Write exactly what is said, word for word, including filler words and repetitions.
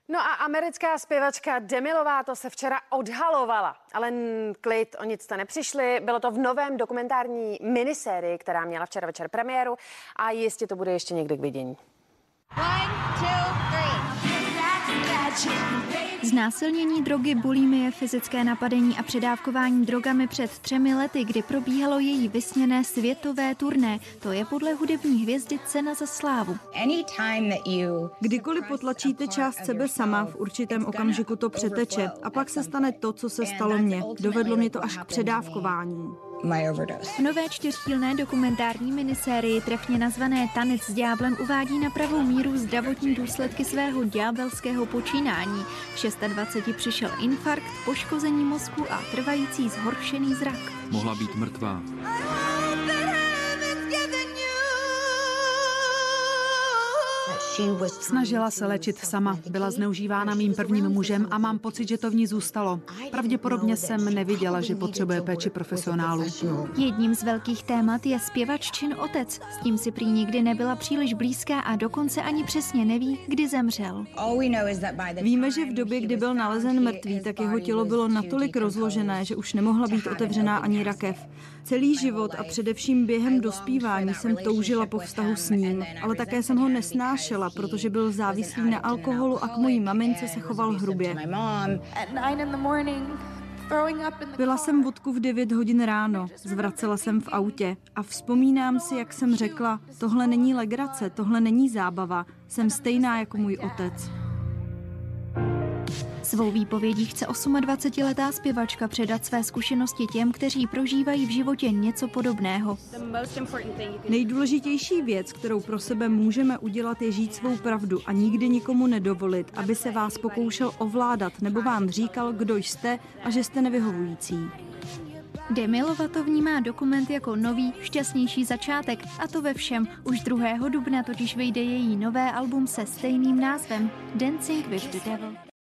No a americká zpěvačka Demi Lovato se včera odhalovala, ale klid, o nic jste nepřišli. Bylo to v novém dokumentární minisérii, která měla včera večer premiéru a jistě to bude ještě někdy k vidění. One, two, three. Znásilnění, drogy, bulimie, fyzické napadení a předávkování drogami před třemi lety, kdy probíhalo její vysněné světové turné, to je podle hudební hvězdy cena za slávu. Kdykoliv potlačíte část sebe sama, v určitém okamžiku to přeteče a pak se stane to, co se stalo mně. Dovedlo mě to až k předávkování. V nové čtyřdílné dokumentární minisérii trefně nazvané Tanec s ďáblem uvádí na pravou míru zdravotní důsledky svého ďábelského počínání. V dvaceti šesti přišel infarkt, poškození mozku a trvající zhoršený zrak. Mohla být mrtvá. Snažila se léčit sama, byla zneužívána mým prvním mužem a mám pocit, že to v ní zůstalo. Pravděpodobně jsem neviděla, že potřebuje péči profesionálů. Jedním z velkých témat je zpěvaččin otec. S tím si prý nikdy nebyla příliš blízká a dokonce ani přesně neví, kdy zemřel. Víme, že v době, kdy byl nalezen mrtvý, tak jeho tělo bylo natolik rozložené, že už nemohla být otevřená ani rakev. Celý život a především během dospívání jsem toužila po vztahu s ním, ale také jsem ho nesnášela, protože byl závislý na alkoholu a k mojí mamince se choval hrubě. Pila jsem vodku v devět hodin ráno, zvracela jsem v autě a vzpomínám si, jak jsem řekla, tohle není legrace, tohle není zábava, jsem stejná jako můj otec. Svou výpovědí chce dvacetiosmiletá zpěvačka předat své zkušenosti těm, kteří prožívají v životě něco podobného. Nejdůležitější věc, kterou pro sebe můžeme udělat, je žít svou pravdu a nikdy nikomu nedovolit, aby se vás pokoušel ovládat nebo vám říkal, kdo jste a že jste nevyhovující. Demi Lovato vnímá dokument jako nový, šťastnější začátek, a to ve všem. Už druhého dubna totiž vyjde její nové album se stejným názvem Dancing with the Devil.